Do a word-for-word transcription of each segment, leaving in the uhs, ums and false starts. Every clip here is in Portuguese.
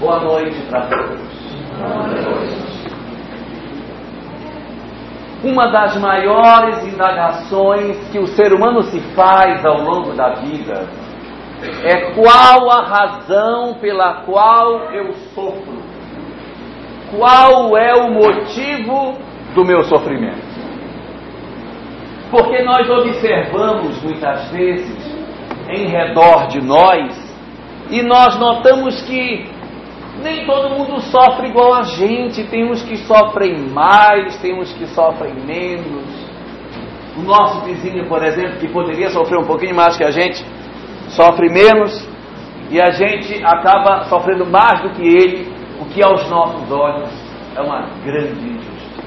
Boa noite para todos. Boa noite. Uma das maiores indagações que o ser humano se faz ao longo da vida é qual a razão pela qual eu sofro? Qual é o motivo do meu sofrimento? Porque nós observamos muitas vezes em redor de nós e nós notamos que nem todo mundo sofre igual a gente. Tem uns que sofrem mais, tem uns que sofrem menos. O nosso vizinho, por exemplo, que poderia sofrer um pouquinho mais que a gente, sofre menos, e a gente acaba sofrendo mais do que ele, o que aos nossos olhos é uma grande injustiça.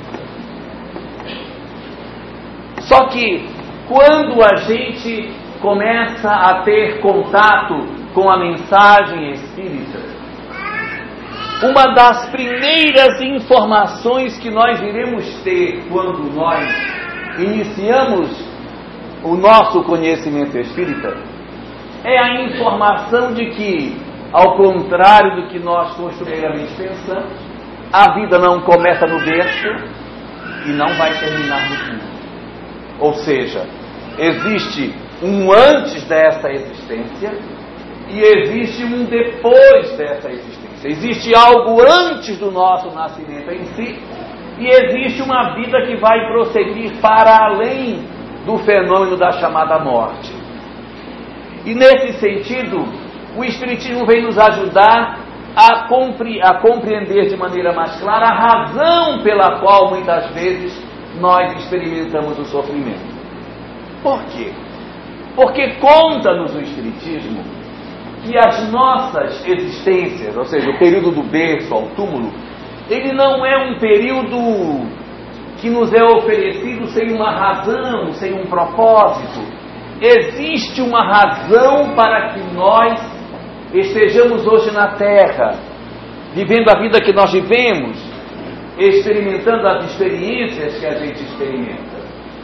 Só que quando a gente começa a ter contato com a mensagem espírita, uma das primeiras informações que nós iremos ter quando nós iniciamos o nosso conhecimento espírita é a informação de que, ao contrário do que nós costumeiramente pensamos, a vida não começa no berço e não vai terminar no fim. Ou seja, existe um antes dessa existência e existe um depois dessa existência. Existe algo antes do nosso nascimento em si e existe uma vida que vai prosseguir para além do fenômeno da chamada morte. E nesse sentido, o Espiritismo vem nos ajudar a, compre- a compreender de maneira mais clara a razão pela qual muitas vezes nós experimentamos o sofrimento. Por quê? Porque conta-nos o Espiritismo que as nossas existências, ou seja, o período do berço ao túmulo, ele não é um período que nos é oferecido sem uma razão, sem um propósito. Existe uma razão para que nós estejamos hoje na Terra, vivendo a vida que nós vivemos, experimentando as experiências que a gente experimenta.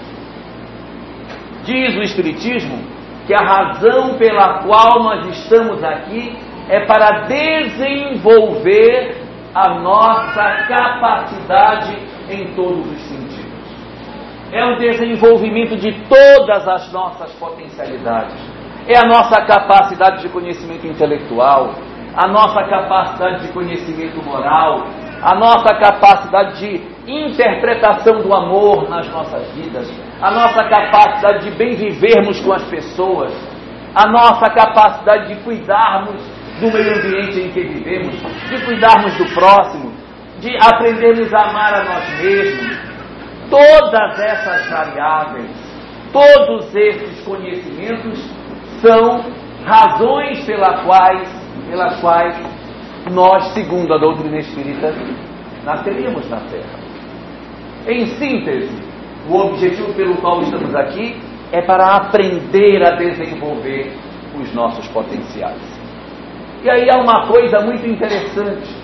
Diz o Espiritismo que a razão pela qual nós estamos aqui é para desenvolver a nossa capacidade em todos os sentidos. É o desenvolvimento de todas as nossas potencialidades. É a nossa capacidade de conhecimento intelectual, a nossa capacidade de conhecimento moral, a nossa capacidade de interpretação do amor nas nossas vidas, a nossa capacidade de bem vivermos com as pessoas, a nossa capacidade de cuidarmos do meio ambiente em que vivemos, de cuidarmos do próximo, de aprendermos a amar a nós mesmos. Todas essas variáveis, todos esses conhecimentos são razões pelas quais, pelas quais nós, segundo a doutrina espírita, nasceríamos na Terra. Em síntese, o objetivo pelo qual estamos aqui é para aprender a desenvolver os nossos potenciais. E aí há uma coisa muito interessante,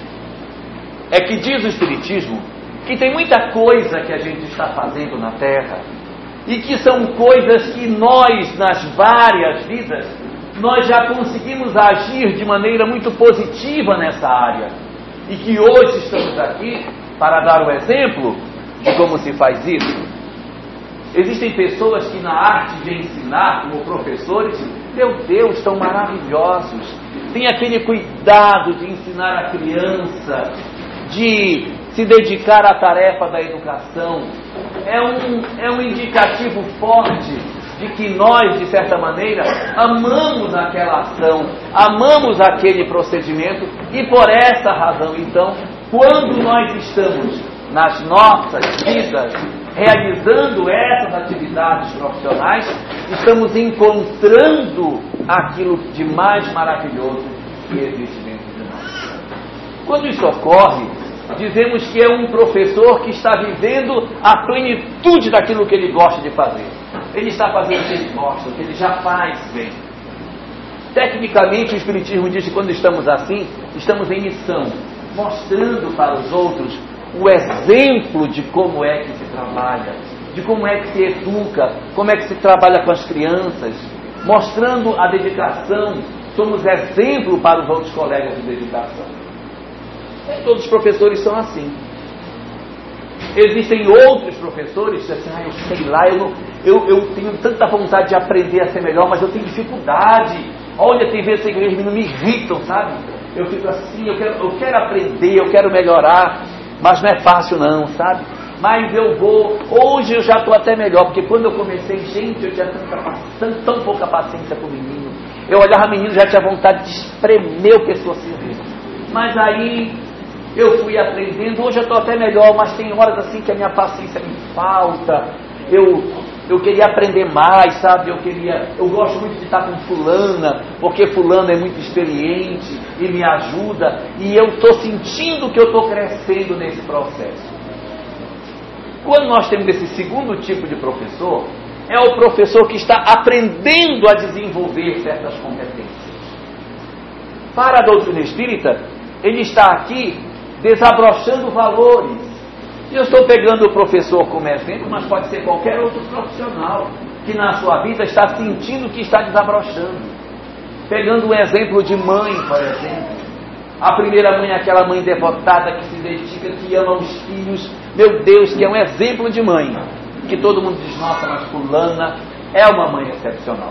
é que diz o Espiritismo que tem muita coisa que a gente está fazendo na Terra e que são coisas que nós, nas várias vidas, nós já conseguimos agir de maneira muito positiva nessa área e que hoje estamos aqui para dar o exemplo de como se faz isso. Existem pessoas que na arte de ensinar, como professores, meu Deus, estão maravilhosos. Tem aquele cuidado de ensinar a criança, de se dedicar à tarefa da educação. É um, é um indicativo forte de que nós, de certa maneira, amamos aquela ação, amamos aquele procedimento e por essa razão, então, quando nós estamos nas nossas vidas realizando essas atividades profissionais, estamos encontrando aquilo de mais maravilhoso que existe dentro de nós. Quando isso ocorre, dizemos que é um professor que está vivendo a plenitude daquilo que ele gosta de fazer. Ele está fazendo o que ele gosta, o que ele já faz bem. Tecnicamente, o Espiritismo diz que quando estamos assim, estamos em missão, mostrando para os outros o exemplo de como é que se trabalha, de como é que se educa, como é que se trabalha com as crianças, mostrando a dedicação. Somos exemplo para os outros colegas de dedicação. Nem todos os professores são assim. Existem outros professores que dizem assim, ah, eu sei lá, eu, não, eu, eu tenho tanta vontade de aprender a ser melhor, mas eu tenho dificuldade. Olha, tem vezes que as igrejas me irritam, sabe? Eu fico assim, eu quero, eu quero aprender, eu quero melhorar, mas não é fácil não, sabe? Mas eu vou, hoje eu já estou até melhor, porque quando eu comecei, gente, eu tinha tanta, tão, tão pouca paciência com o menino. Eu olhava o menino e já tinha vontade de espremer o pescocinho dele. Mas aí eu fui aprendendo, hoje eu estou até melhor, mas tem horas assim que a minha paciência me falta. Eu, eu queria aprender mais, sabe? Eu queria, eu gosto muito de estar com fulana, porque fulana é muito experiente e me ajuda, e eu estou sentindo que eu estou crescendo nesse processo. Quando nós temos esse segundo tipo de professor, é o professor que está aprendendo a desenvolver certas competências. Para a doutrina espírita, ele está aqui desabrochando valores. Eu estou pegando o professor como exemplo, mas pode ser qualquer outro profissional que na sua vida está sentindo que está desabrochando. Pegando um exemplo de mãe, por exemplo. A primeira mãe é aquela mãe devotada que se dedica, que ama os filhos. Meu Deus, que é um exemplo de mãe. Que todo mundo diz, nossa, mas fulana é uma mãe excepcional.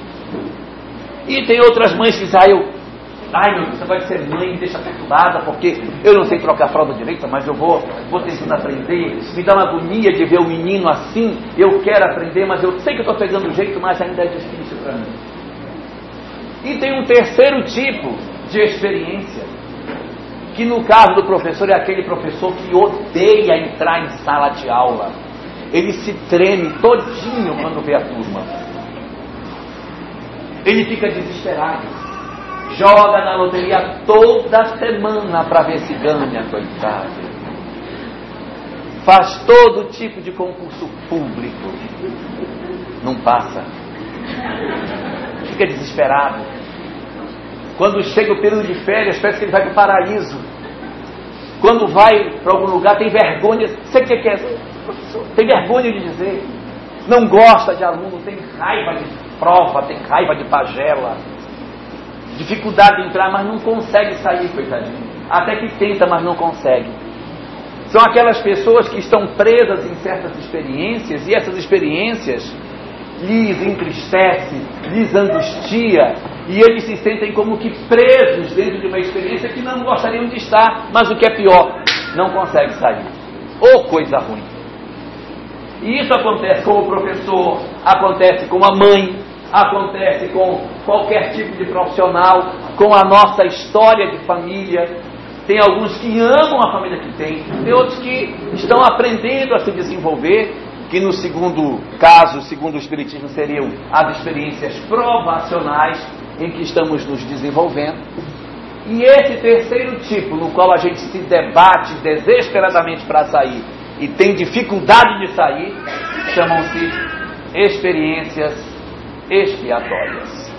E tem outras mães que dizem, ah, eu, ai meu Deus, você vai ser mãe, me deixa perturbada, porque eu não sei trocar a fralda direita, mas eu vou, vou tentando aprender. Me dá uma agonia de ver o menino assim, eu quero aprender, mas eu sei que eu estou pegando o jeito, mas ainda é difícil para mim. E tem um terceiro tipo de experiência, que no caso do professor é aquele professor que odeia entrar em sala de aula. Ele se treme todinho quando vê a turma. Ele fica desesperado. Joga na loteria toda semana para ver se ganha, coitado. Faz todo tipo de concurso público. Não passa. Fica desesperado. Quando chega o período de férias, parece que ele vai para o paraíso. Quando vai para algum lugar, tem vergonha. Sei o que é isso? Tem vergonha de dizer. Não gosta de aluno, tem raiva de prova, tem raiva de pagela. Dificuldade de entrar, mas não consegue sair, coitadinho. Até que tenta, mas não consegue. São aquelas pessoas que estão presas em certas experiências, e essas experiências lhes entristece, lhes angustia, e eles se sentem como que presos dentro de uma experiência que não gostariam de estar, mas o que é pior, não consegue sair. Ô coisa ruim. E isso acontece com o professor, acontece com a mãe, acontece com qualquer tipo de profissional, com a nossa história de família. Tem alguns que amam a família que tem, tem outros que estão aprendendo a se desenvolver, que no segundo caso, segundo o Espiritismo, seriam as experiências provacionais em que estamos nos desenvolvendo. E esse terceiro tipo, no qual a gente se debate desesperadamente para sair e tem dificuldade de sair, chamam-se experiências expiatórias.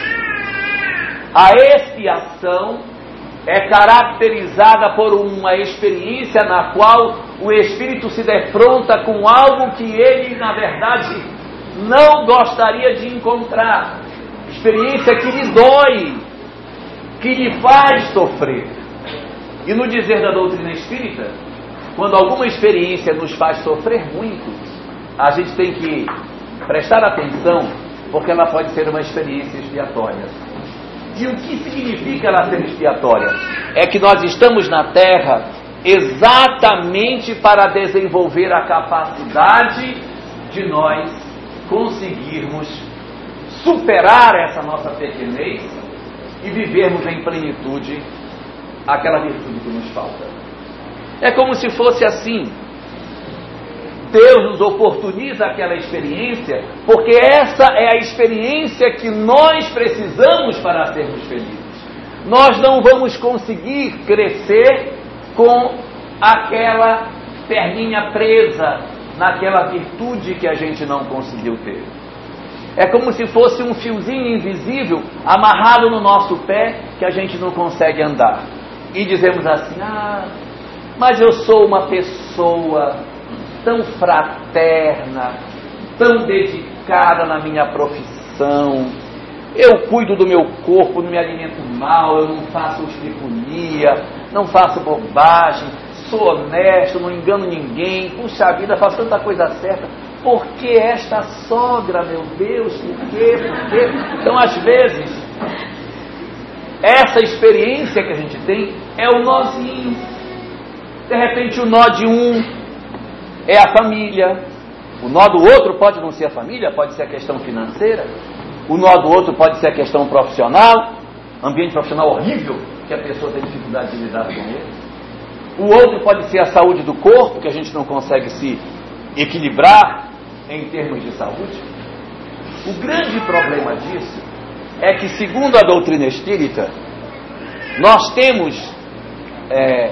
A expiação é caracterizada por uma experiência na qual o espírito se defronta com algo que ele, na verdade, não gostaria de encontrar. Experiência que lhe dói, que lhe faz sofrer. E no dizer da doutrina espírita, quando alguma experiência nos faz sofrer muito, a gente tem que prestar atenção, porque ela pode ser uma experiência expiatória. E o que significa ela ser expiatória? É que nós estamos na Terra exatamente para desenvolver a capacidade de nós conseguirmos superar essa nossa pequenez e vivermos em plenitude aquela virtude que nos falta. É como se fosse assim. Deus nos oportuniza aquela experiência, porque essa é a experiência que nós precisamos para sermos felizes. Nós não vamos conseguir crescer com aquela perninha presa naquela virtude que a gente não conseguiu ter. É como se fosse um fiozinho invisível amarrado no nosso pé que a gente não consegue andar. E dizemos assim, ah, mas eu sou uma pessoa tão fraterna, tão dedicada na minha profissão, eu cuido do meu corpo, não me alimento mal, eu não faço estripulia, não faço bobagem, sou honesto, não engano ninguém, puxa vida, faço tanta coisa certa. Por que esta sogra, meu Deus? Por quê? Por quê? Então, às vezes, essa experiência que a gente tem é o nozinho. De repente, o nó de um é a família. O nó do outro pode não ser a família, pode ser a questão financeira. O nó do outro pode ser a questão profissional, ambiente profissional horrível, que a pessoa tem dificuldade de lidar com ele. O outro pode ser a saúde do corpo, que a gente não consegue se equilibrar em termos de saúde. O grande problema disso é que, segundo a doutrina espírita, nós temos é,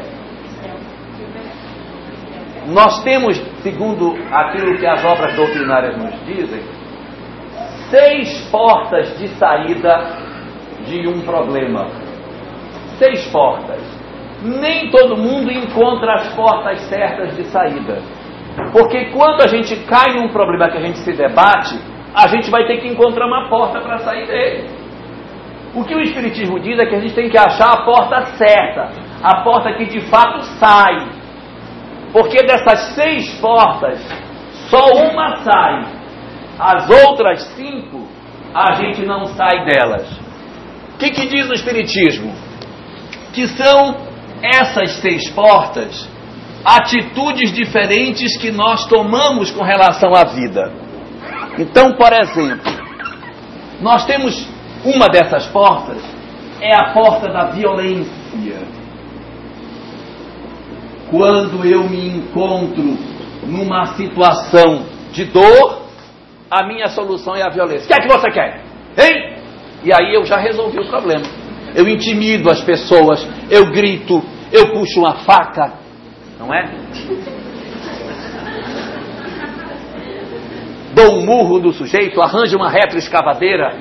nós temos, segundo aquilo que as obras doutrinárias nos dizem, seis portas de saída de um problema. Seis portas. Nem todo mundo encontra as portas certas de saída. Porque quando a gente cai num problema que a gente se debate, a gente vai ter que encontrar uma porta para sair dele. O que o Espiritismo diz é que a gente tem que achar a porta certa, a porta que de fato sai. Porque dessas seis portas, só uma sai. As outras cinco, a gente não sai delas. O que, que diz o Espiritismo? Que são essas seis portas, atitudes diferentes que nós tomamos com relação à vida. Então, por exemplo, nós temos uma dessas portas, é a porta da violência. Quando eu me encontro numa situação de dor, a minha solução é a violência. O que é que você quer? Hein? E aí eu já resolvi o problema. Eu intimido as pessoas, eu grito, eu puxo uma faca, não é? Dou um murro no sujeito, arranjo uma retroescavadeira.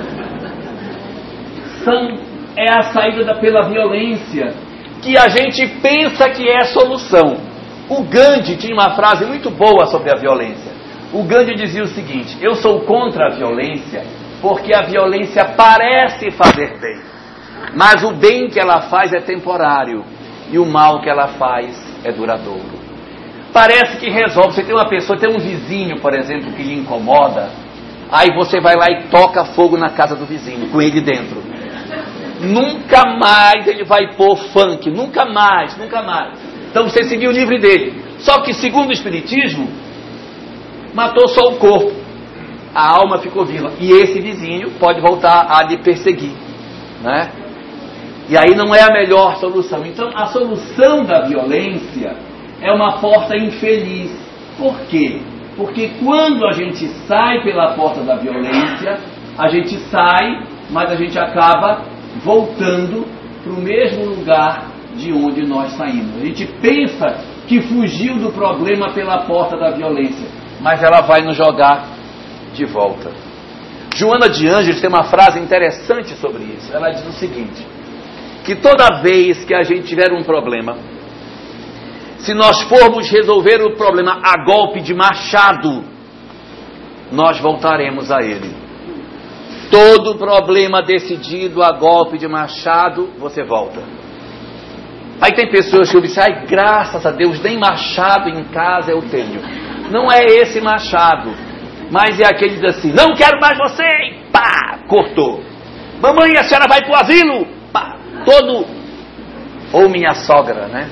São, é a saída da, pela violência, que a gente pensa que é a solução. O Gandhi tinha uma frase muito boa sobre a violência. O Gandhi dizia o seguinte: eu sou contra a violência porque a violência parece fazer bem, mas o bem que ela faz é temporário e o mal que ela faz é duradouro. Parece que resolve. Você tem uma pessoa, tem um vizinho, por exemplo, que lhe incomoda, aí você vai lá e toca fogo na casa do vizinho, com ele dentro. Nunca mais ele vai pôr funk, nunca mais, nunca mais. Então você seguiu livre dele. Só que, segundo o Espiritismo, matou só o corpo, a alma ficou viva, e esse vizinho pode voltar a lhe perseguir, né? E aí não é a melhor solução. Então a solução da violência é uma porta infeliz. Por quê? Porque quando a gente sai pela porta da violência, a gente sai, mas a gente acaba voltando para o mesmo lugar de onde nós saímos. A gente pensa que fugiu do problema pela porta da violência, mas ela vai nos jogar de volta. Joana de Ângeles tem uma frase interessante sobre isso. Ela diz o seguinte: que toda vez que a gente tiver um problema, se nós formos resolver o problema a golpe de machado, nós voltaremos a ele. Todo problema decidido a golpe de machado, você volta. Aí tem pessoas que dizem: ai, graças a Deus, nem machado em casa eu tenho. Não é esse machado, mas é aquele que diz assim: não quero mais você, e pá, cortou. Mamãe, a senhora vai pro asilo, pá, todo, ou minha sogra, né?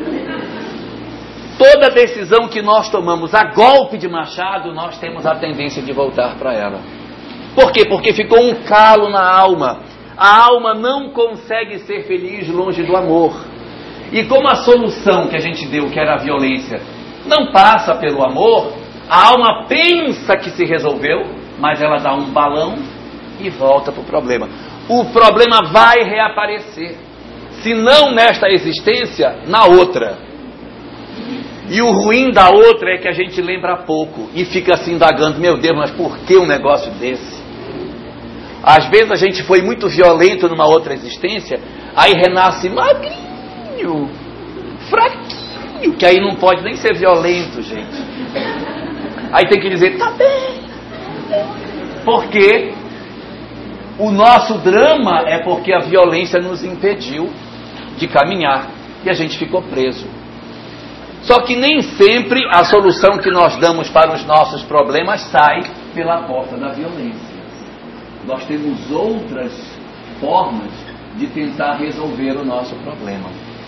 Toda decisão que nós tomamos a golpe de machado, nós temos a tendência de voltar para ela. Por quê? Porque ficou um calo na alma. A alma não consegue ser feliz longe do amor. E como a solução que a gente deu, que era a violência, não passa pelo amor, a alma pensa que se resolveu, mas ela dá um balão e volta para o problema. O problema vai reaparecer. Se não nesta existência, na outra. E o ruim da outra é que a gente lembra pouco e fica se indagando: meu Deus, mas por que um negócio desse? Às vezes a gente foi muito violento numa outra existência, aí renasce magrinho, fraquinho, que aí não pode nem ser violento, gente. Aí tem que dizer: tá bem. Porque o nosso drama é porque a violência nos impediu de caminhar. e a gente ficou preso. Só que nem sempre a solução que nós damos para os nossos problemas sai pela porta da violência. Nós temos outras formas de tentar resolver o nosso problema.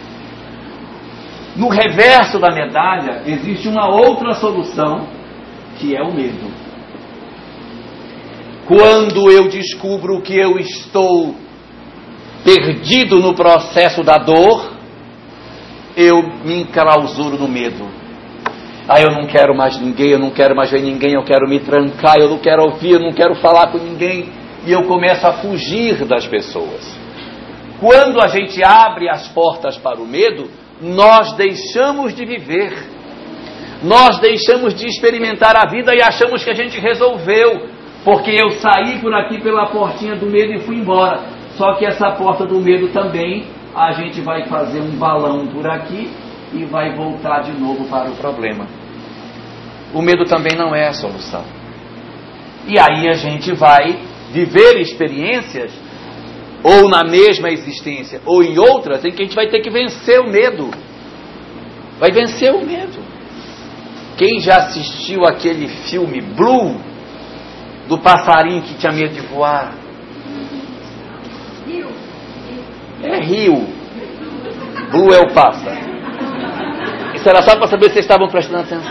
No reverso da medalha existe uma outra solução, que é o medo. Quando eu descubro que eu estou perdido no processo da dor, eu me enclausuro no medo. Ah, eu não quero mais ninguém, eu não quero mais ver ninguém, eu quero me trancar, eu não quero ouvir, eu não quero falar com ninguém. E eu começo a fugir das pessoas. Quando a gente abre as portas para o medo, nós deixamos de viver. Nós deixamos de experimentar a vida e achamos que a gente resolveu. Porque eu saí por aqui pela portinha do medo e fui embora. Só que essa porta do medo também, a gente vai fazer um balão por aqui e vai voltar de novo para o problema. O medo também não é a solução. E aí a gente vai viver experiências, ou na mesma existência, ou em outras, em que a gente vai ter que vencer o medo. Vai vencer o medo. Quem já assistiu aquele filme Blue, do passarinho que tinha medo de voar? É Rio. Blue é o pássaro. Isso era só para saber se vocês estavam prestando atenção.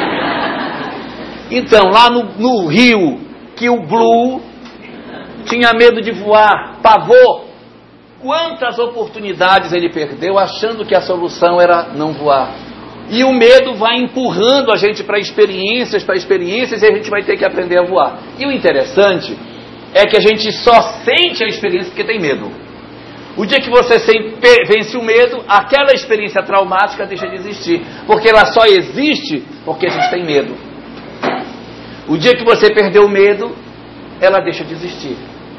Então, lá no, no Rio, que o Blue tinha medo de voar, pavor. Quantas oportunidades ele perdeu achando que a solução era não voar. E o medo vai empurrando a gente para experiências, para experiências, e a gente vai ter que aprender a voar. E o interessante é que a gente só sente a experiência porque tem medo. O dia que você vence o medo, aquela experiência traumática deixa de existir. Porque ela só existe porque a gente tem medo. O dia que você perdeu o medo, ela deixa de existir.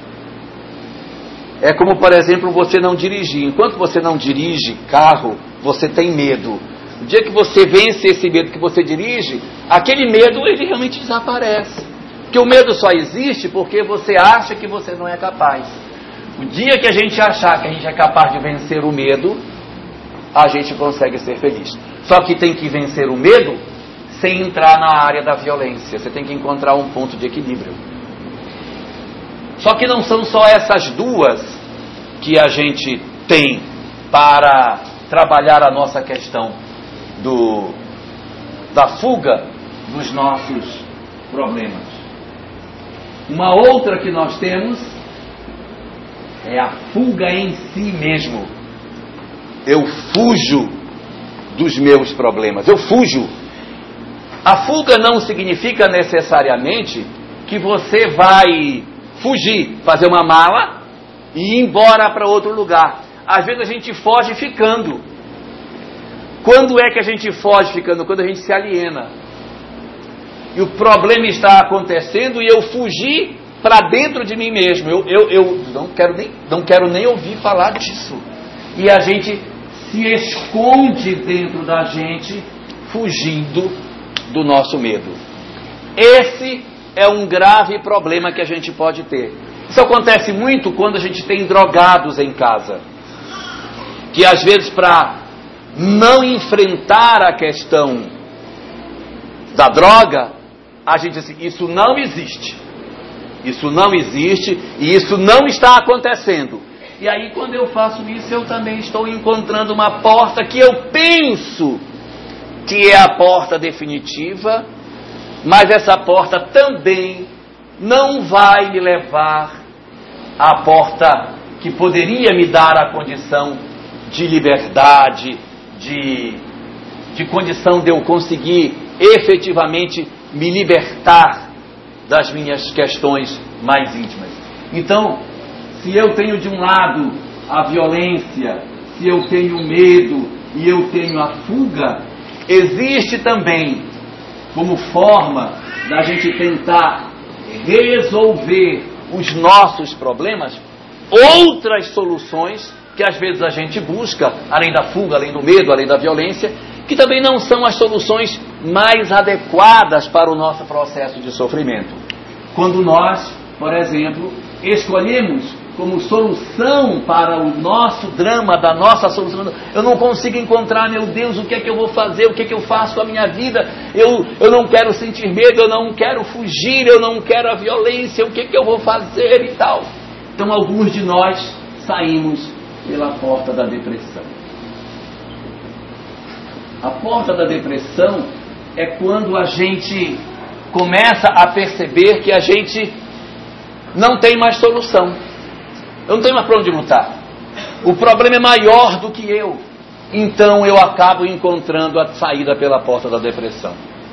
É como, por exemplo, você não dirigir. Enquanto você não dirige carro, você tem medo. O dia que você vence esse medo que você dirige, aquele medo, ele realmente desaparece. Porque o medo só existe porque você acha que você não é capaz. O dia que a gente achar que a gente é capaz de vencer o medo, a gente consegue ser feliz. Só que tem que vencer o medo sem entrar na área da violência. Você tem que encontrar um ponto de equilíbrio. Só que não são só essas duas que a gente tem para trabalhar a nossa questão do, da fuga dos nossos problemas. Uma outra que nós temos é a fuga em si mesmo. Eu fujo dos meus problemas. Eu fujo. A fuga não significa necessariamente que você vai fugir, fazer uma mala e ir embora para outro lugar. Às vezes a gente foge ficando. Quando é que a gente foge ficando? Quando a gente se aliena. E o problema está acontecendo e eu fugi para dentro de mim mesmo. Eu, eu, eu não, quero nem, não quero nem ouvir falar disso. E a gente se esconde dentro da gente, fugindo do nosso medo. Esse é um grave problema que a gente pode ter. Isso acontece muito quando a gente tem drogados em casa. Que às vezes, para não enfrentar a questão da droga, a gente diz assim, isso não existe. Isso não existe e isso não está acontecendo. E aí quando eu faço isso, eu também estou encontrando uma porta que eu penso que é a porta definitiva, mas essa porta também não vai me levar à porta que poderia me dar a condição de liberdade, de, de condição de eu conseguir efetivamente me libertar das minhas questões mais íntimas. Então, se eu tenho de um lado a violência, se eu tenho medo e eu tenho a fuga, existe também, como forma da gente tentar resolver os nossos problemas, outras soluções que às vezes a gente busca, além da fuga, além do medo, além da violência, que também não são as soluções mais adequadas para o nosso processo de sofrimento. Quando nós, por exemplo, escolhemos como solução para o nosso drama, da nossa solução. Eu não consigo encontrar, meu Deus, o que é que eu vou fazer, o que é que eu faço com a minha vida. Eu, eu não quero sentir medo, eu não quero fugir, eu não quero a violência, o que é que eu vou fazer e tal. Então alguns de nós saímos pela porta da depressão. A porta da depressão é quando a gente começa a perceber que a gente não tem mais solução. Eu não tenho mais para onde lutar. O problema é maior do que eu. Então eu acabo encontrando a saída pela porta da depressão.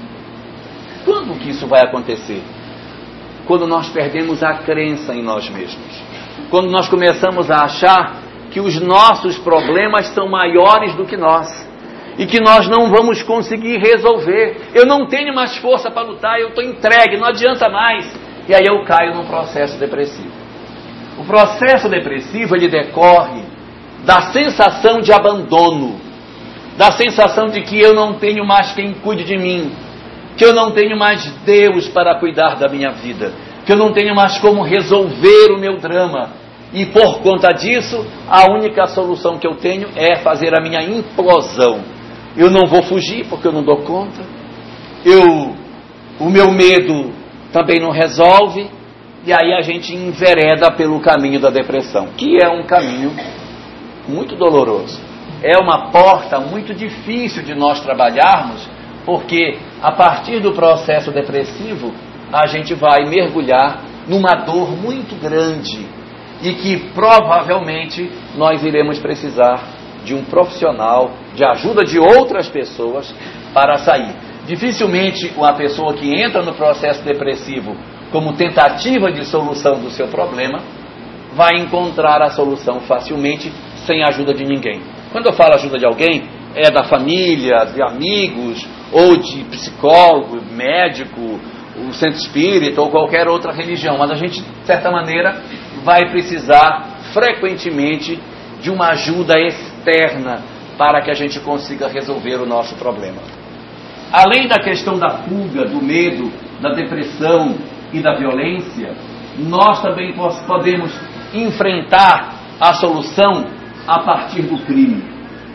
Quando que isso vai acontecer? Quando nós perdemos a crença em nós mesmos. Quando nós começamos a achar que os nossos problemas são maiores do que nós. E que nós não vamos conseguir resolver. Eu não tenho mais força para lutar, eu estou entregue, não adianta mais. E aí eu caio num processo depressivo. O processo depressivo, ele decorre da sensação de abandono, da sensação de que eu não tenho mais quem cuide de mim, que eu não tenho mais Deus para cuidar da minha vida, que eu não tenho mais como resolver o meu drama. E por conta disso, a única solução que eu tenho é fazer a minha implosão. Eu não vou fugir porque eu não dou conta. Eu, o meu medo também não resolve. E aí a gente envereda pelo caminho da depressão, que é um caminho muito doloroso. É uma porta muito difícil de nós trabalharmos, porque a partir do processo depressivo, a gente vai mergulhar numa dor muito grande e que provavelmente nós iremos precisar de um profissional, de ajuda de outras pessoas para sair. Dificilmente uma pessoa que entra no processo depressivo como tentativa de solução do seu problema, vai encontrar a solução facilmente, sem a ajuda de ninguém. Quando eu falo ajuda de alguém, é da família, de amigos, ou de psicólogo, médico, o centro espírita, ou qualquer outra religião. Mas a gente, de certa maneira, vai precisar frequentemente de uma ajuda externa para que a gente consiga resolver o nosso problema. Além da questão da fuga, do medo, da depressão e da violência, nós também podemos enfrentar a solução a partir do crime,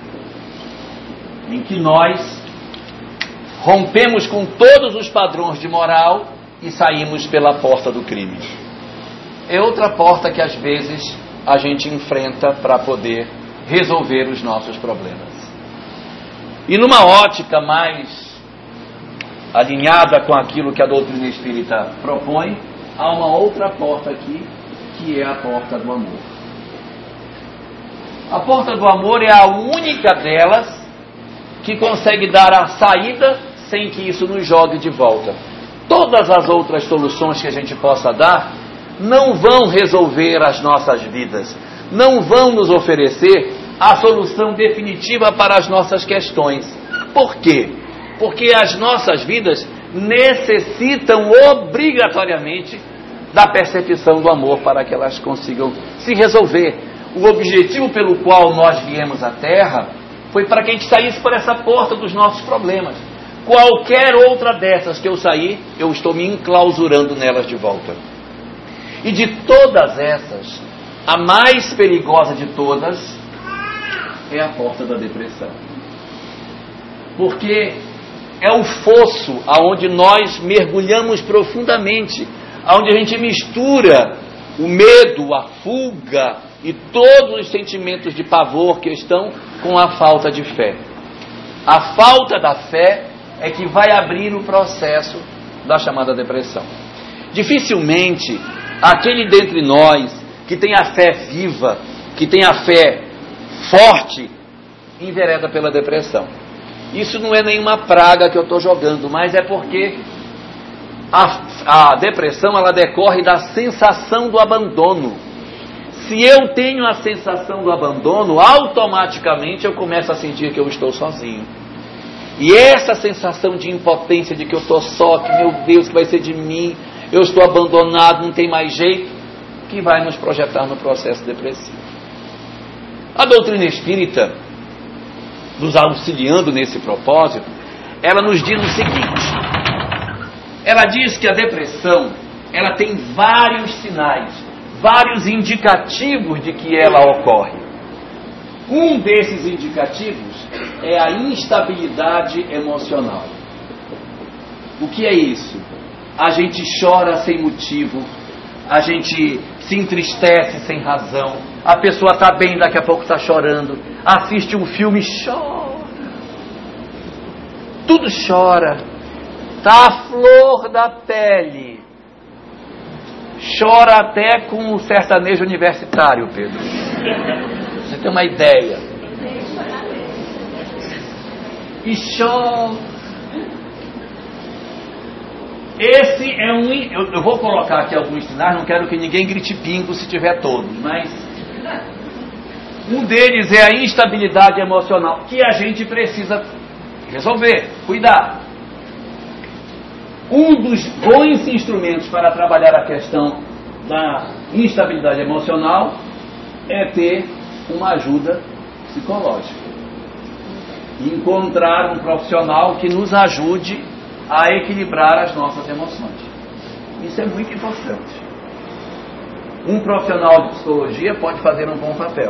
em que nós rompemos com todos os padrões de moral e saímos pela porta do crime. É outra porta que às vezes a gente enfrenta para poder resolver os nossos problemas. E numa ótica mais alinhada com aquilo que a doutrina espírita propõe, há uma outra porta aqui, que é a porta do amor. A porta do amor é a única delas que consegue dar a saída sem que isso nos jogue de volta. Todas as outras soluções que a gente possa dar não vão resolver as nossas vidas, não vão nos oferecer a solução definitiva para as nossas questões. Por quê? Porque as nossas vidas necessitam obrigatoriamente da percepção do amor para que elas consigam se resolver. O objetivo pelo qual nós viemos à Terra foi para que a gente saísse por essa porta dos nossos problemas. Qualquer outra dessas que eu sair, eu estou me enclausurando nelas de volta. E de todas essas, a mais perigosa de todas é a porta da depressão. Porque é o fosso aonde nós mergulhamos profundamente, aonde a gente mistura o medo, a fuga e todos os sentimentos de pavor que estão com a falta de fé. A falta da fé é que vai abrir o processo da chamada depressão. Dificilmente aquele dentre nós que tem a fé viva, que tem a fé forte, envereda pela depressão. Isso não é nenhuma praga que eu estou jogando, mas é porque a, a depressão ela decorre da sensação do abandono. Se eu tenho a sensação do abandono, automaticamente eu começo a sentir que eu estou sozinho. E essa sensação de impotência, de que eu estou só, que meu Deus, que vai ser de mim, eu estou abandonado, não tem mais jeito, que vai nos projetar no processo depressivo. A doutrina espírita, nos auxiliando nesse propósito, ela nos diz o seguinte: ela diz que a depressão ela tem vários sinais, vários indicativos de que ela ocorre. Um desses indicativos é a instabilidade emocional. O que é isso? A gente chora sem motivo, a gente se entristece sem razão, a pessoa está bem, daqui a pouco está chorando, assiste um filme, chora, tudo chora, está a flor da pele, chora até com o sertanejo universitário, Pedro, você tem uma ideia, e chora. Esse é um... Eu, eu vou colocar aqui alguns sinais, não quero que ninguém grite bingo se tiver todos, mas... Um deles é a instabilidade emocional, que a gente precisa resolver, cuidar. Um dos bons instrumentos para trabalhar a questão da instabilidade emocional é ter uma ajuda psicológica. Encontrar um profissional que nos ajude a equilibrar as nossas emoções. Isso é muito importante. Um profissional de psicologia pode fazer um bom papel.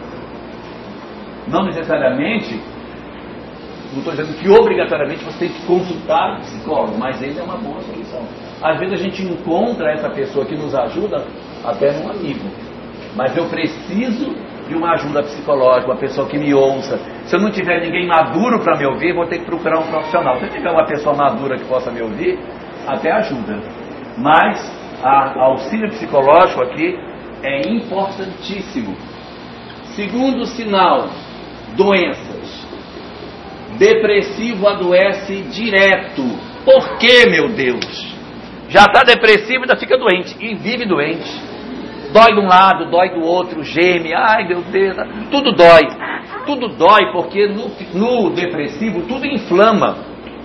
Não necessariamente, não estou dizendo que obrigatoriamente você tem que consultar o psicólogo, mas ele é uma boa solução. Às vezes a gente encontra essa pessoa que nos ajuda até num amigo. Mas eu preciso de uma ajuda psicológica, uma pessoa que me ouça. Se eu não tiver ninguém maduro para me ouvir, vou ter que procurar um profissional. Se eu tiver uma pessoa madura que possa me ouvir, até ajuda. Mas a auxílio psicológico aqui é importantíssimo. Segundo sinal, doenças. Depressivo adoece direto. Por que, meu Deus? Já está depressivo e ainda fica doente. E vive doente. Dói de um lado, dói do outro, geme, ai meu Deus, tudo dói. Tudo dói porque no, no depressivo tudo inflama.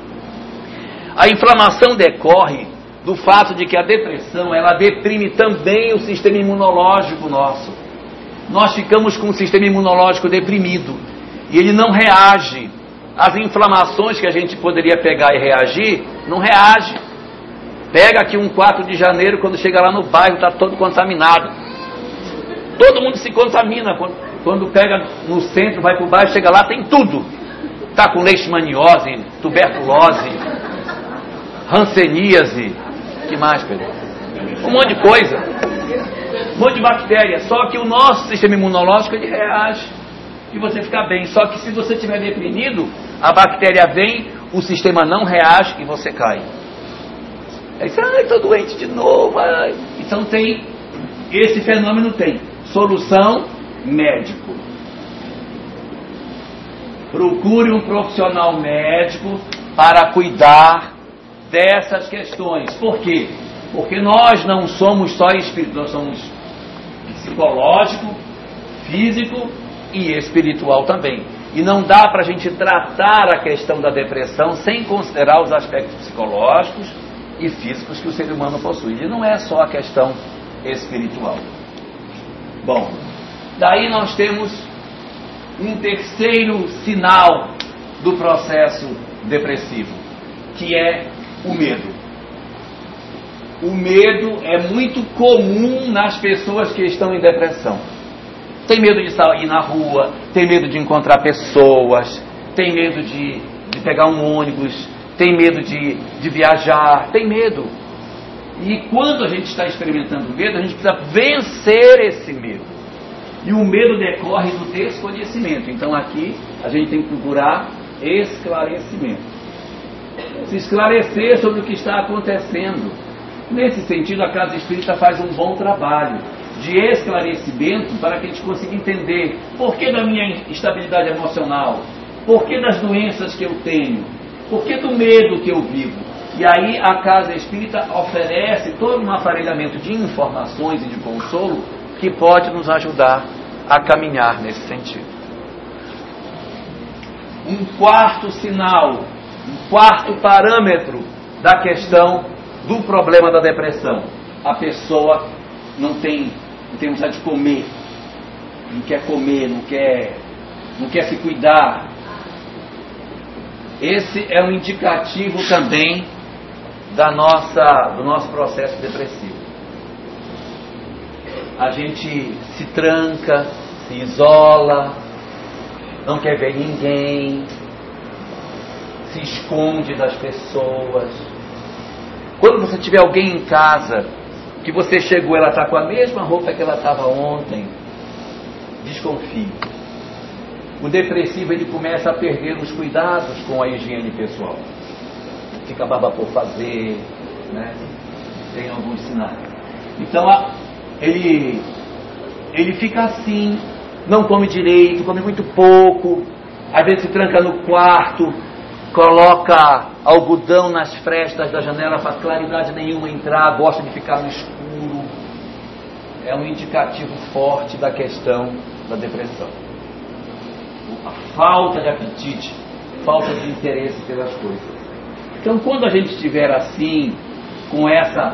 A inflamação decorre do fato de que a depressão, ela deprime também o sistema imunológico nosso. Nós ficamos com o sistema imunológico deprimido e ele não reage. As inflamações que a gente poderia pegar e reagir, não reage. Pega aqui um quatro de janeiro, quando chega lá no bairro, está todo contaminado. Todo mundo se contamina. Quando, quando pega no centro, vai para o bairro, chega lá, tem tudo. Está com leishmaniose, tuberculose, hanseníase. Que mais, Pedro? Um monte de coisa. Um monte de bactéria. Só que o nosso sistema imunológico, ele reage. E você fica bem. Só que se você estiver deprimido, a bactéria vem, o sistema não reage e você cai. Aí você, ai, estou doente de novo. Ai. Então tem, esse fenômeno tem solução, médico. Procure um profissional médico para cuidar dessas questões. Por quê? Porque nós não somos só espírito, nós somos psicológico, físico e espiritual também. E não dá para a gente tratar a questão da depressão sem considerar os aspectos psicológicos e físicos que o ser humano possui. E não é só a questão espiritual. Bom, daí nós temos um terceiro sinal do processo depressivo, que é o medo. O medo é muito comum nas pessoas que estão em depressão. Tem medo de sair na rua, tem medo de encontrar pessoas, tem medo de, de pegar um ônibus, tem medo de, de viajar, tem medo. E quando a gente está experimentando medo, a gente precisa vencer esse medo. E o medo decorre do desconhecimento. Então aqui a gente tem que procurar esclarecimento. Se esclarecer sobre o que está acontecendo. Nesse sentido, a Casa Espírita faz um bom trabalho de esclarecimento para que a gente consiga entender por que da minha instabilidade emocional, por que das doenças que eu tenho, por que do medo que eu vivo. E aí a Casa Espírita oferece todo um aparelhamento de informações e de consolo que pode nos ajudar a caminhar nesse sentido. Um quarto sinal, um quarto parâmetro da questão do problema da depressão. A pessoa não tem, não tem vontade de comer, não quer comer, não quer, não quer se cuidar. Esse é um indicativo também da nossa, do nosso processo depressivo. a gente se tranca, se isola, não quer ver ninguém, se esconde das pessoas. Quando você tiver alguém em casa, que você chegou, ela está com a mesma roupa que ela estava ontem, desconfie. O depressivo, ele começa a perder os cuidados com a higiene pessoal. Fica barba por fazer, né? Tem alguns sinais. Então, ele, ele fica assim, não come direito, come muito pouco, às vezes se tranca no quarto, coloca algodão nas frestas da janela para claridade nenhuma entrar, gosta de ficar no escuro. É um indicativo forte da questão da depressão. A falta de apetite, falta de interesse pelas coisas. Então, quando a gente estiver assim, com essa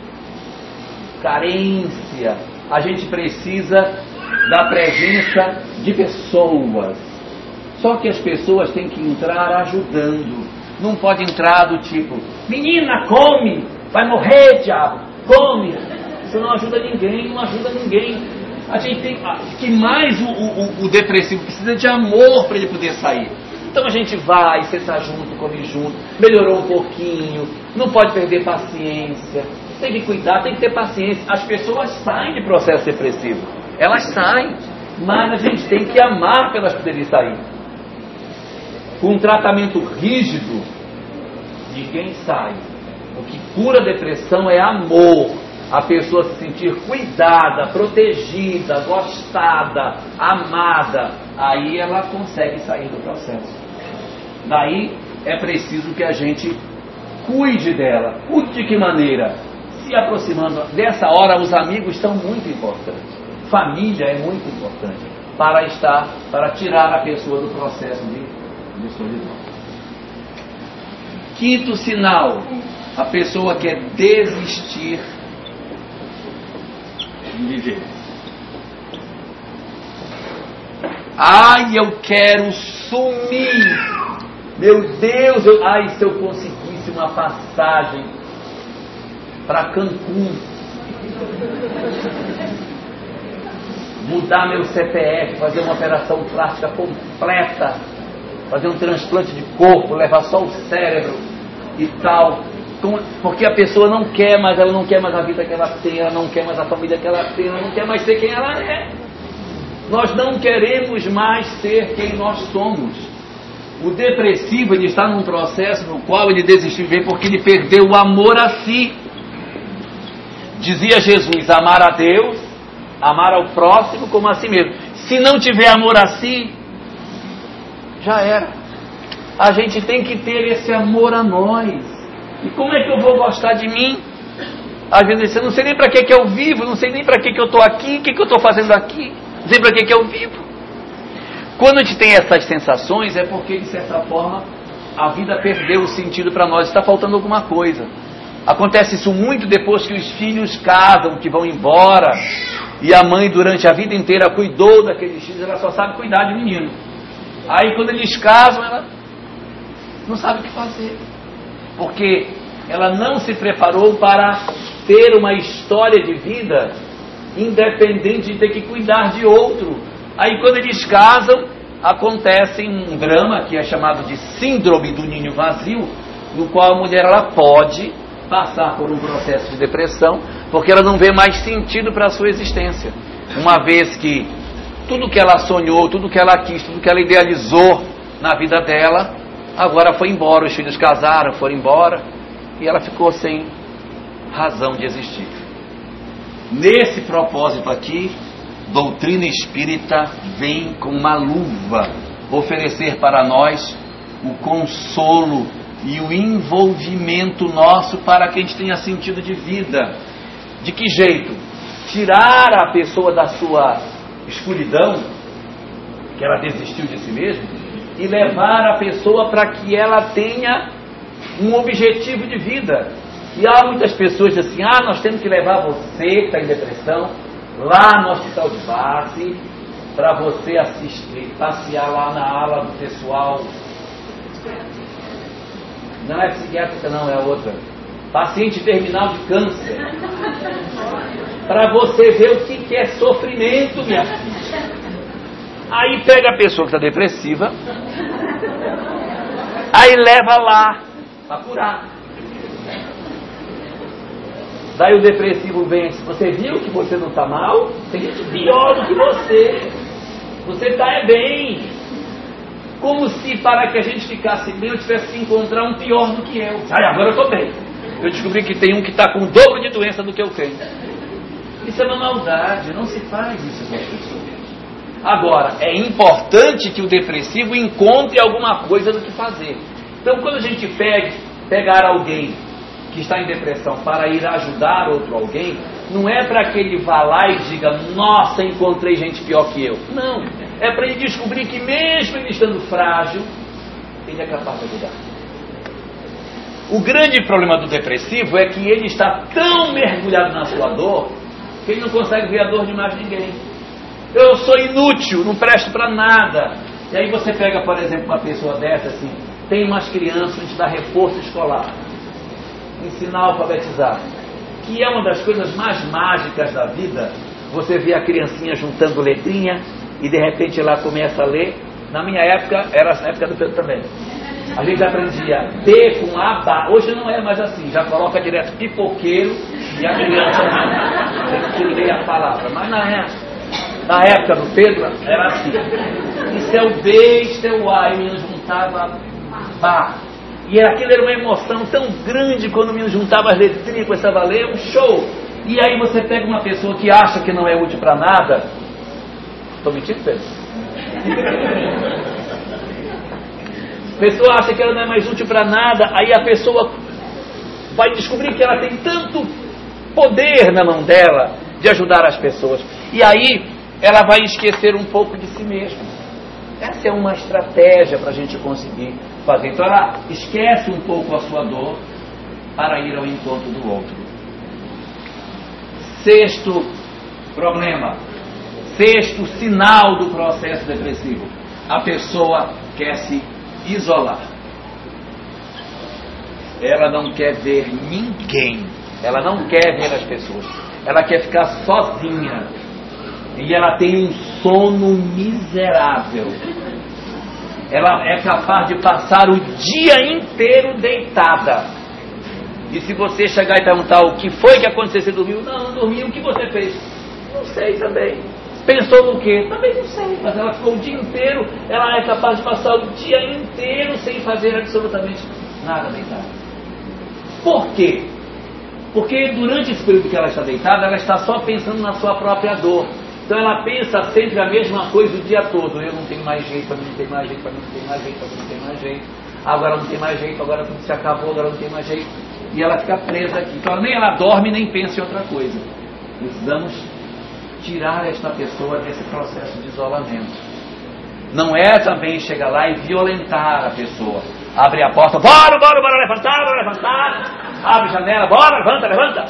carência, a gente precisa da presença de pessoas. Só que as pessoas têm que entrar ajudando. Não pode entrar do tipo, menina, come, vai morrer, diabo, come. Isso não ajuda ninguém, não ajuda ninguém. A gente tem que mais o, o, o depressivo precisa de amor para ele poder sair. Então a gente vai, senta junto, come junto, melhorou um pouquinho, não pode perder paciência, tem que cuidar, tem que ter paciência. As pessoas saem de processo depressivo, elas saem, mas a gente tem que amar para elas poderem sair. Com um tratamento rígido, ninguém sai. O que cura a depressão é amor. A pessoa se sentir cuidada, protegida, gostada, amada, aí ela consegue sair do processo. Daí é preciso que a gente cuide dela. Cuide de que maneira? Se aproximando. Dessa hora os amigos são muito importantes. Família é muito importante para estar, para tirar a pessoa do processo de, de solidão. Quinto sinal, a pessoa quer desistir viver. Ai, eu quero sumir. Meu Deus, eu, ai, se eu conseguisse uma passagem para Cancún, mudar meu C P F, fazer uma operação plástica completa, fazer um transplante de corpo, levar só o cérebro e tal. Porque a pessoa não quer mais, ela não quer mais a vida que ela tem, ela não quer mais a família que ela tem, ela não quer mais ser quem ela é. Nós não queremos mais ser quem nós somos. O depressivo, ele está num processo no qual ele desistiu de viver porque ele perdeu o amor a si. Dizia Jesus, amar a Deus, amar ao próximo como a si mesmo. Se não tiver amor a si, já era. A gente tem que ter esse amor a nós. E como é que eu vou gostar de mim? Às vezes eu não sei nem para que que eu vivo, não sei nem para que que eu estou aqui, o que que eu estou fazendo aqui, não sei para que que eu vivo. Quando a gente tem essas sensações é porque, de certa forma, a vida perdeu o sentido para nós, está faltando alguma coisa. Acontece isso muito depois que os filhos casam, que vão embora, e a mãe durante a vida inteira cuidou daqueles filhos, ela só sabe cuidar de menino. Aí quando eles casam, ela não sabe o que fazer. Porque ela não se preparou para ter uma história de vida independente de ter que cuidar de outro. Aí quando eles casam, acontece um drama que é chamado de síndrome do ninho vazio, no qual a mulher ela pode passar por um processo de depressão, porque ela não vê mais sentido para a sua existência. Uma vez que tudo que ela sonhou, tudo que ela quis, tudo que ela idealizou na vida dela, agora foi embora, os filhos casaram, foram embora, e ela ficou sem razão de existir. Nesse propósito aqui, doutrina espírita vem com uma luva oferecer para nós o consolo e o envolvimento nosso para que a gente tenha sentido de vida. De que jeito? Tirar a pessoa da sua escuridão, que ela desistiu de si mesma, e levar a pessoa para que ela tenha um objetivo de vida. E há muitas pessoas que dizem assim, ah, nós temos que levar você que está em depressão lá no hospital de base para você assistir, passear lá na ala do pessoal. Não é psiquiátrica não, é outra. Paciente terminal de câncer. para você ver o que é sofrimento, minha filha. Aí pega a pessoa que está depressiva, aí leva lá para curar. Daí o depressivo vem, você viu que você não está mal? Tem gente pior do que você. Você está é bem. Como se para que a gente ficasse bem, eu tivesse que encontrar um pior do que eu. Ai, agora eu estou bem. Eu descobri que tem um que está com o dobro de doença do que eu tenho. Isso é uma maldade, não se faz isso com as pessoas. Agora, é importante que o depressivo encontre alguma coisa do que fazer. Então, quando a gente pega, pegar alguém que está em depressão para ir ajudar outro alguém, não é para que ele vá lá e diga, nossa, encontrei gente pior que eu. Não, é para ele descobrir que mesmo ele estando frágil, ele é capaz de ajudar. O grande problema do depressivo é que ele está tão mergulhado na sua dor, que ele não consegue ver a dor de mais ninguém. Eu sou inútil, não presto para nada. E aí você pega, por exemplo, uma pessoa dessa assim, tem umas crianças, a gente dá reforço escolar, ensinar a alfabetizar, que é uma das coisas mais mágicas da vida. Você vê a criancinha juntando letrinha e de repente ela começa a ler. Na minha época, era na época do Pedro também, a gente aprendia P com A, B. Hoje não é mais assim, já coloca direto pipoqueiro e a criança tem que ler a palavra. Mas na época, na época do Pedro era assim, isso é o B, isso é o A, e o menino juntava Bá. E aquilo era uma emoção tão grande quando o menino juntava as letrinhas com essa valer, um show. E aí você pega uma pessoa que acha que não é útil para nada. Estou mentindo, Pedro? A pessoa acha que ela não é mais útil para nada, aí a pessoa vai descobrir que ela tem tanto poder na mão dela de ajudar as pessoas. E aí ela vai esquecer um pouco de si mesma. Essa é uma estratégia para a gente conseguir fazer. Então ela esquece um pouco a sua dor para ir ao encontro do outro. Sexto problema, sexto sinal do processo depressivo: a pessoa quer se isolar. Ela não quer ver ninguém, ela não quer ver as pessoas, ela quer ficar sozinha. E ela tem um sono miserável. Ela é capaz de passar o dia inteiro deitada. E se você chegar e perguntar o que foi que aconteceu, você dormiu? Não, não dormi. O que você fez? Não sei também. Pensou no quê? Também não sei. Mas ela ficou o dia inteiro, ela é capaz de passar o dia inteiro sem fazer absolutamente nada deitada. Por quê? Porque durante esse período que ela está deitada, ela está só pensando na sua própria dor. Então ela pensa sempre a mesma coisa o dia todo. Eu não tenho mais jeito, para mim não tem mais jeito, para mim não tem mais jeito, para mim não tem mais jeito. Agora não tem mais jeito, agora tudo se acabou, agora não tem mais jeito. E ela fica presa aqui. Então nem ela dorme, nem pensa em outra coisa. Precisamos tirar esta pessoa desse processo de isolamento. Não é também chegar lá e violentar a pessoa. Abre a porta, bora, bora, bora levantar, bora levantar. Abre a janela, bora, levanta, levanta.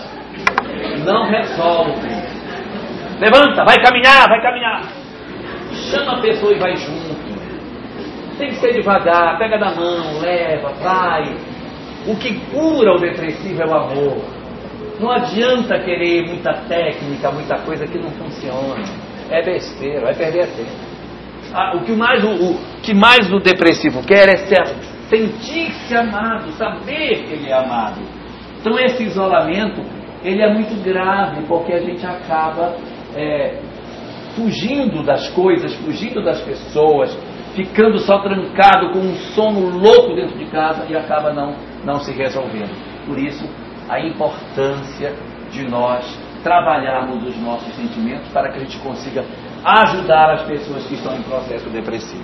Não resolve. Levanta, vai caminhar, vai caminhar. Chama a pessoa e vai junto. Tem que ser devagar, pega da mão, leva, vai. O que cura o depressivo é o amor. Não adianta querer muita técnica, muita coisa que não funciona. É besteira, vai perder tempo. Ah, o que mais o, o que mais o depressivo quer é ser, sentir-se amado, saber que ele é amado. Então esse isolamento, ele é muito grave, porque a gente acaba é, fugindo das coisas, fugindo das pessoas, ficando só trancado com um sono louco dentro de casa e acaba não, não se resolvendo. Por isso, a importância de nós trabalharmos os nossos sentimentos para que a gente consiga ajudar as pessoas que estão em processo depressivo.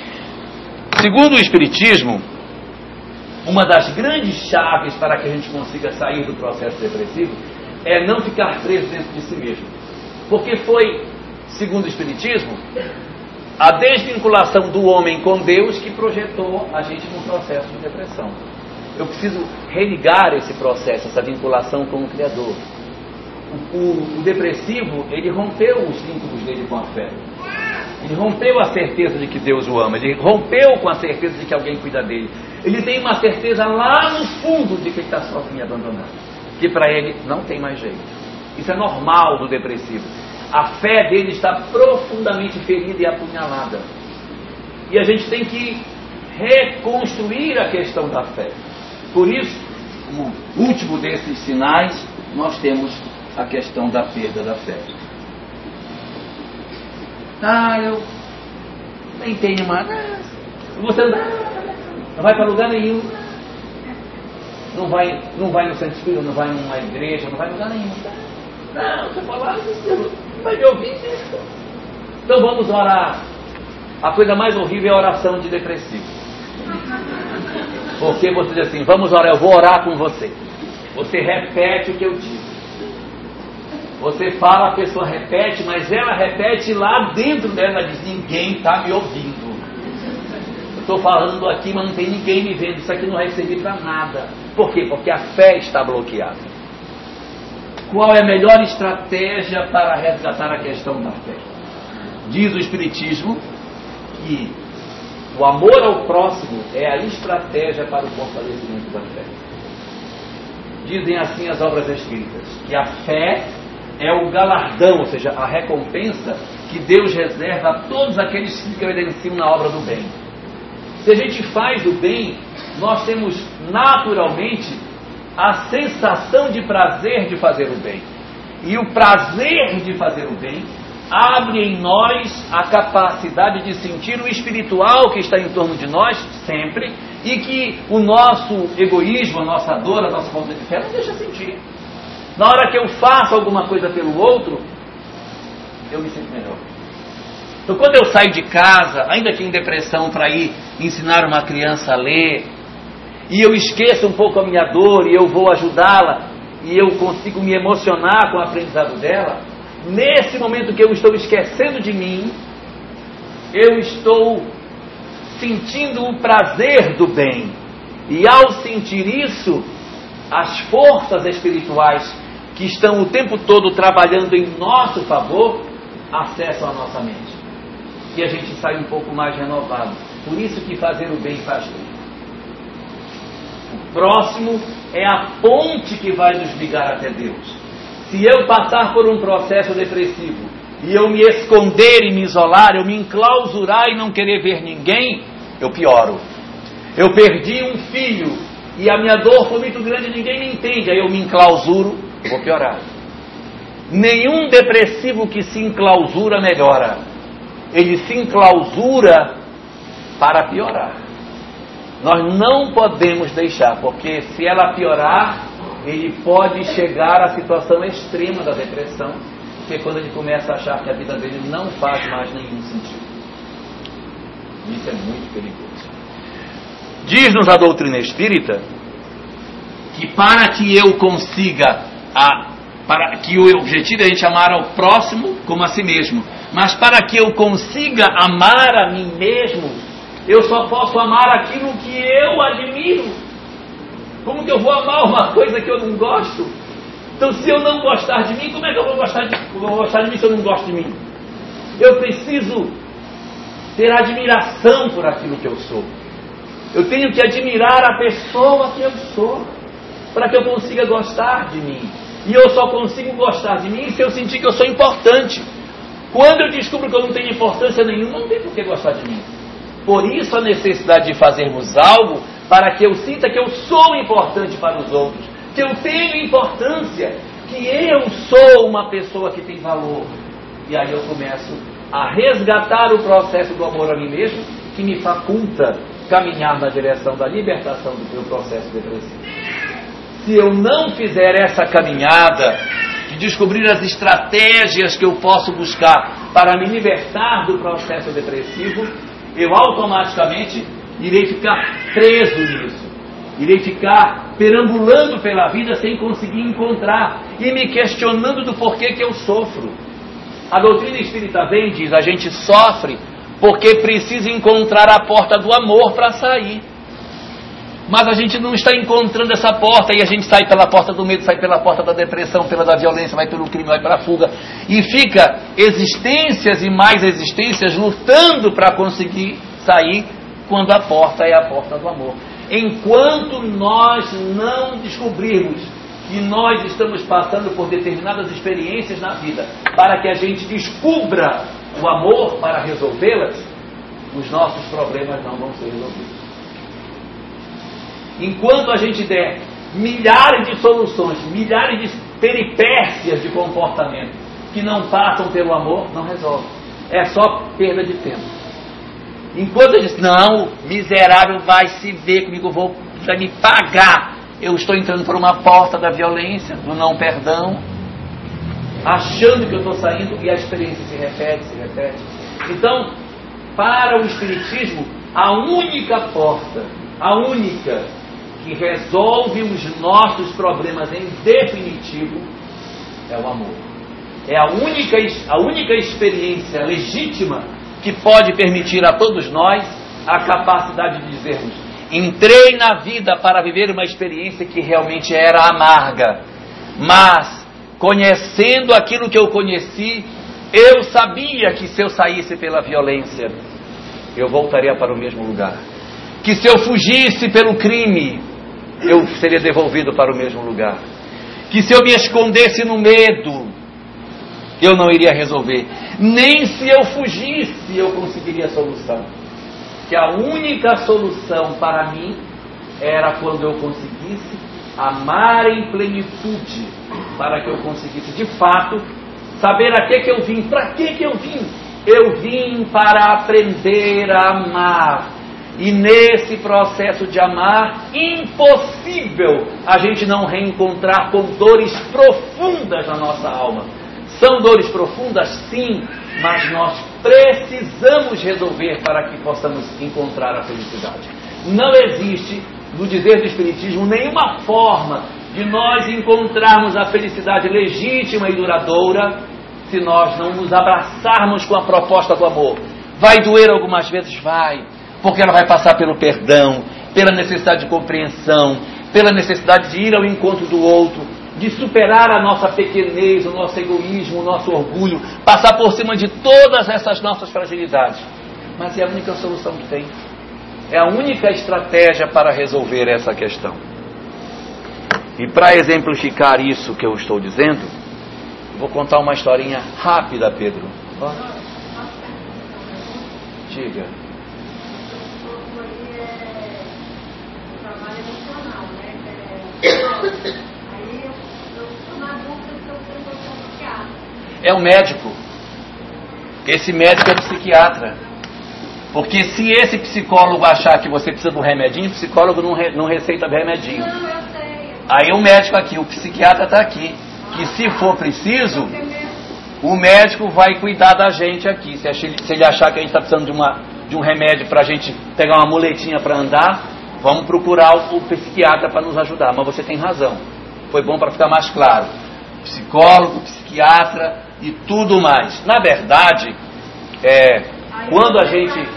Segundo o Espiritismo, uma das grandes chaves para que a gente consiga sair do processo depressivo é não ficar preso dentro de si mesmo. Porque foi, segundo o Espiritismo, a desvinculação do homem com Deus que projetou a gente num processo de depressão. Eu preciso religar esse processo, essa vinculação com o Criador. O, o, o depressivo, ele rompeu os vínculos dele com a fé. Ele rompeu a certeza de que Deus o ama. Ele rompeu com a certeza de que alguém cuida dele. Ele tem uma certeza lá no fundo de que ele está sozinho e abandonado. Que para ele não tem mais jeito. Isso é normal do depressivo. A fé dele está profundamente ferida e apunhalada. E a gente tem que reconstruir a questão da fé. Por isso, como último desses sinais, nós temos a questão da perda da fé. Ah, eu nem tenho mais. Você não vai para lugar nenhum. Não vai, não vai no centro espírita, não vai numa igreja, não vai em lugar nenhum. Não, você falar, não vai me ouvir. Então vamos orar. A coisa mais horrível é a oração de depressivo. Porque você diz assim, vamos orar, eu vou orar com você. Você repete o que eu disse. Você fala, a pessoa repete, mas ela repete lá dentro dela, ela diz, ninguém está me ouvindo. Eu estou falando aqui, mas não tem ninguém me vendo. Isso aqui não vai servir para nada. Por quê? Porque a fé está bloqueada. Qual é a melhor estratégia para resgatar a questão da fé? Diz o Espiritismo que o amor ao próximo é a estratégia para o fortalecimento da fé. Dizem assim as obras escritas, que a fé é o galardão, ou seja, a recompensa que Deus reserva a todos aqueles que credenciam na obra do bem. Se a gente faz o bem, nós temos naturalmente a sensação de prazer de fazer o bem. E o prazer de fazer o bem abre em nós a capacidade de sentir o espiritual que está em torno de nós sempre, e que o nosso egoísmo, a nossa dor, a nossa falta de fé não deixa sentir. Na hora que eu faço alguma coisa pelo outro, eu me sinto melhor. Então quando eu saio de casa, ainda que em depressão, para ir ensinar uma criança a ler, e eu esqueço um pouco a minha dor, e eu vou ajudá-la, e eu consigo me emocionar com o aprendizado dela, nesse momento que eu estou esquecendo de mim, eu estou sentindo o prazer do bem. E ao sentir isso, as forças espirituais que estão o tempo todo trabalhando em nosso favor, acessam a nossa mente. E a gente sai um pouco mais renovado. Por isso que fazer o bem faz bem. O próximo é a ponte que vai nos ligar até Deus. Se eu passar por um processo depressivo e eu me esconder e me isolar, eu me enclausurar e não querer ver ninguém, eu pioro. Eu perdi um filho e a minha dor foi muito grande e ninguém me entende, aí eu me enclausuro, eu vou piorar. Nenhum depressivo que se enclausura melhora. Ele se enclausura para piorar. Nós não podemos deixar, porque se ela piorar, ele pode chegar à situação extrema da depressão, que é quando ele começa a achar que a vida dele não faz mais nenhum sentido. Isso é muito perigoso. Diz-nos a doutrina espírita que para que eu consiga, a, para que o objetivo é a gente amar ao próximo como a si mesmo, mas para que eu consiga amar a mim mesmo, eu só posso amar aquilo que eu admiro. Como que eu vou amar uma coisa que eu não gosto? Então, se eu não gostar de mim, como é que eu vou gostar de, vou gostar de mim se eu não gosto de mim? Eu preciso ter admiração por aquilo que eu sou. Eu tenho que admirar a pessoa que eu sou, para que eu consiga gostar de mim. E eu só consigo gostar de mim se eu sentir que eu sou importante. Quando eu descubro que eu não tenho importância nenhuma, não tem por que gostar de mim. Por isso a necessidade de fazermos algo para que eu sinta que eu sou importante para os outros, que eu tenho importância, que eu sou uma pessoa que tem valor. E aí eu começo a resgatar o processo do amor a mim mesmo, que me faculta caminhar na direção da libertação do meu processo depressivo. Se eu não fizer essa caminhada de descobrir as estratégias que eu posso buscar para me libertar do processo depressivo, eu automaticamente irei ficar preso nisso. Irei ficar perambulando pela vida sem conseguir encontrar e me questionando do porquê que eu sofro. A doutrina espírita vem e diz, a gente sofre porque precisa encontrar a porta do amor para sair. Mas a gente não está encontrando essa porta e a gente sai pela porta do medo, sai pela porta da depressão, pela da violência, vai pelo crime, vai para a fuga. E fica existências e mais existências lutando para conseguir sair quando a porta é a porta do amor. Enquanto nós não descobrirmos que nós estamos passando por determinadas experiências na vida, para que a gente descubra o amor para resolvê-las, os nossos problemas não vão ser resolvidos. Enquanto a gente der milhares de soluções, milhares de peripécias de comportamento que não passam pelo amor, não resolve. É só perda de tempo. Enquanto eu disse, não, miserável vai se ver comigo, vou, vai me pagar. Eu estou entrando por uma porta da violência, do não perdão, achando que eu estou saindo, e a experiência se repete, se repete. Então, para o Espiritismo, a única porta, a única que resolve os nossos problemas em definitivo é o amor. É a única, a única experiência legítima que pode permitir a todos nós a capacidade de dizermos: entrei na vida para viver uma experiência que realmente era amarga, mas conhecendo aquilo que eu conheci, eu sabia que se eu saísse pela violência, eu voltaria para o mesmo lugar. Que se eu fugisse pelo crime, eu seria devolvido para o mesmo lugar. Que se eu me escondesse no medo, eu não iria resolver. Nem se eu fugisse, eu conseguiria a solução. Que a única solução para mim era quando eu conseguisse amar em plenitude, para que eu conseguisse de fato saber a que que eu vim. Para que que eu vim? Eu vim para aprender a amar. E nesse processo de amar, impossível a gente não reencontrar com dores profundas na nossa alma. São dores profundas, sim, mas nós precisamos resolver para que possamos encontrar a felicidade. Não existe, no dizer do Espiritismo, nenhuma forma de nós encontrarmos a felicidade legítima e duradoura se nós não nos abraçarmos com a proposta do amor. Vai doer algumas vezes? Vai. Porque ela vai passar pelo perdão, pela necessidade de compreensão, pela necessidade de ir ao encontro do outro, de superar a nossa pequenez, o nosso egoísmo, o nosso orgulho, passar por cima de todas essas nossas fragilidades. Mas é a única solução que tem. É a única estratégia para resolver essa questão. E para exemplificar isso que eu estou dizendo, vou contar uma historinha rápida, Pedro. Ó. Diga. É o médico. Esse médico é psiquiatra. Porque se esse psicólogo achar que você precisa de um remedinho, o psicólogo não, re, não receita remedinho. Não, eu sei. Aí o médico aqui, o psiquiatra está aqui. Que se for preciso, o médico vai cuidar da gente aqui. Se, se ele achar que a gente está precisando de, uma, de um remédio para a gente pegar uma muletinha para andar, vamos procurar o, o psiquiatra para nos ajudar. Mas você tem razão. Foi bom para ficar mais claro. Psicólogo, psiquiatra e tudo mais. Na verdade, é, quando a gente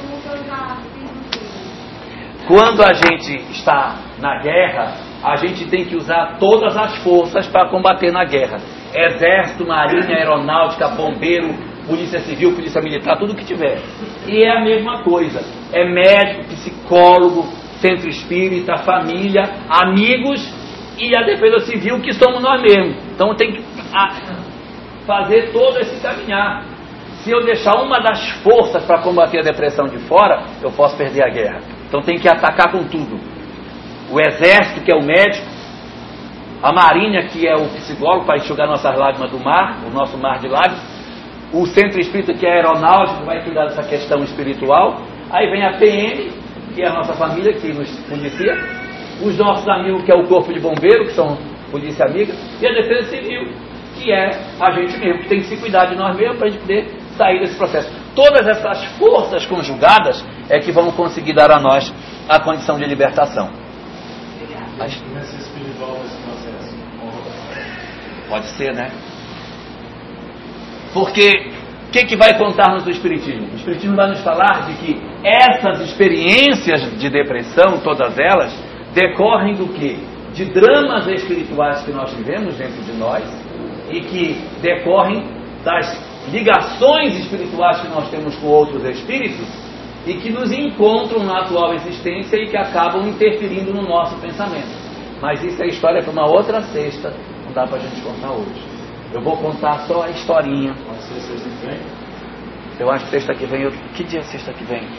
quando a gente está na guerra, a gente tem que usar todas as forças para combater na guerra. Exército, marinha, aeronáutica, bombeiro, polícia civil, polícia militar, tudo que tiver. E é a mesma coisa. É médico, psicólogo, centro espírita, família, amigos e a defesa civil, que somos nós mesmos. Então tem que fazer todo esse caminhar. Se eu deixar uma das forças para combater a depressão de fora, eu posso perder a guerra. Então tem que atacar com tudo. O exército, que é o médico, a marinha, que é o psicólogo, para enxugar nossas lágrimas do mar, o nosso mar de lágrimas, o centro espírita, que é aeronáutico, vai cuidar dessa questão espiritual. Aí vem a P M, que é a nossa família, que nos policia, os nossos amigos, que é o corpo de bombeiro, que são polícia amiga, e a defesa civil, que é a gente mesmo, que tem que se cuidar de nós mesmos para a gente poder sair desse processo. Todas essas forças conjugadas é que vão conseguir dar a nós a condição de libertação. Mas, espiritual nesse processo? pode ser, né? Porque o que, que vai contar-nos o Espiritismo? O Espiritismo vai nos falar de que essas experiências de depressão, todas elas, decorrem do quê? De dramas espirituais que nós vivemos dentro de nós e que decorrem das ligações espirituais que nós temos com outros espíritos e que nos encontram na atual existência e que acabam interferindo no nosso pensamento. Mas isso é história para uma outra sexta, não dá para a gente contar hoje. Eu vou contar só a historinha. Pode ser sexta que vem? Eu acho que sexta que vem... Eu... Que dia é sexta que vem?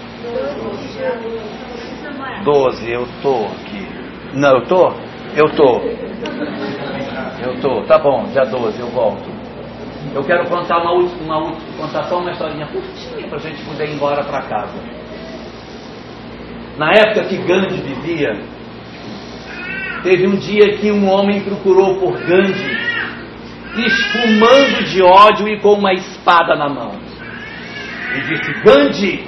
doze, eu tô aqui. Não, eu tô? Eu tô. Eu tô, tá bom, dia doze eu volto. Eu quero contar uma última, uma última, contar só uma historinha curtinha pra gente poder ir embora pra casa. Na época que Gandhi vivia, teve um dia que um homem procurou por Gandhi, espumando de ódio e com uma espada na mão. E disse: Gandhi,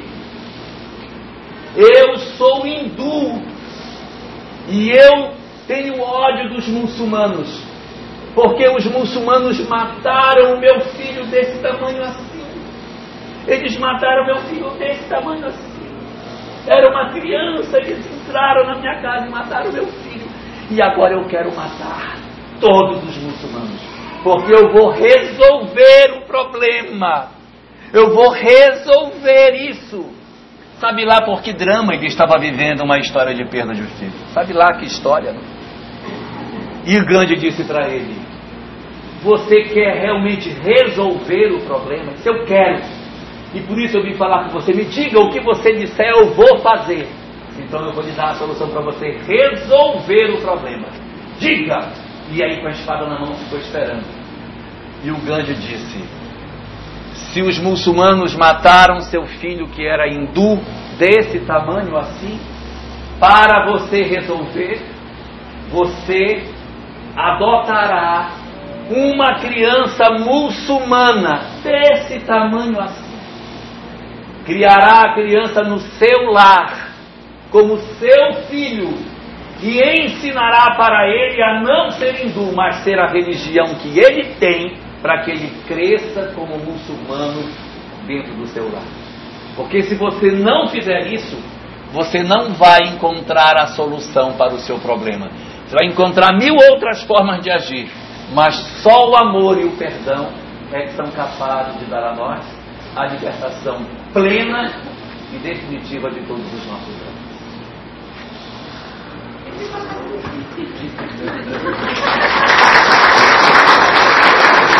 eu sou hindu e eu tenho ódio dos muçulmanos, porque os muçulmanos mataram o meu filho desse tamanho assim. Eles mataram meu filho desse tamanho assim. Era uma criança, eles entraram na minha casa e mataram meu filho. E agora eu quero matar todos os muçulmanos, porque eu vou resolver o problema. Eu vou resolver isso. Sabe lá por que drama ele estava vivendo uma história de perda de um filho? Sabe lá que história, não? E Gandhi disse para ele: você quer realmente resolver o problema? Isso eu quero. E por isso eu vim falar com você. Me diga o que você disser, eu vou fazer. Então eu vou lhe dar a solução para você resolver o problema. Diga! E aí com a espada na mão ficou esperando. E o Gandhi disse: se os muçulmanos mataram seu filho que era hindu, desse tamanho assim, para você resolver, você adotará uma criança muçulmana desse tamanho assim. Criará a criança no seu lar, como seu filho, e ensinará para ele a não ser hindu, mas ser a religião que ele tem, para que ele cresça como muçulmano dentro do seu lar. Porque se você não fizer isso, você não vai encontrar a solução para o seu problema. Você vai encontrar mil outras formas de agir, mas só o amor e o perdão é que são capazes de dar a nós a libertação plena e definitiva de todos os nossos dramas.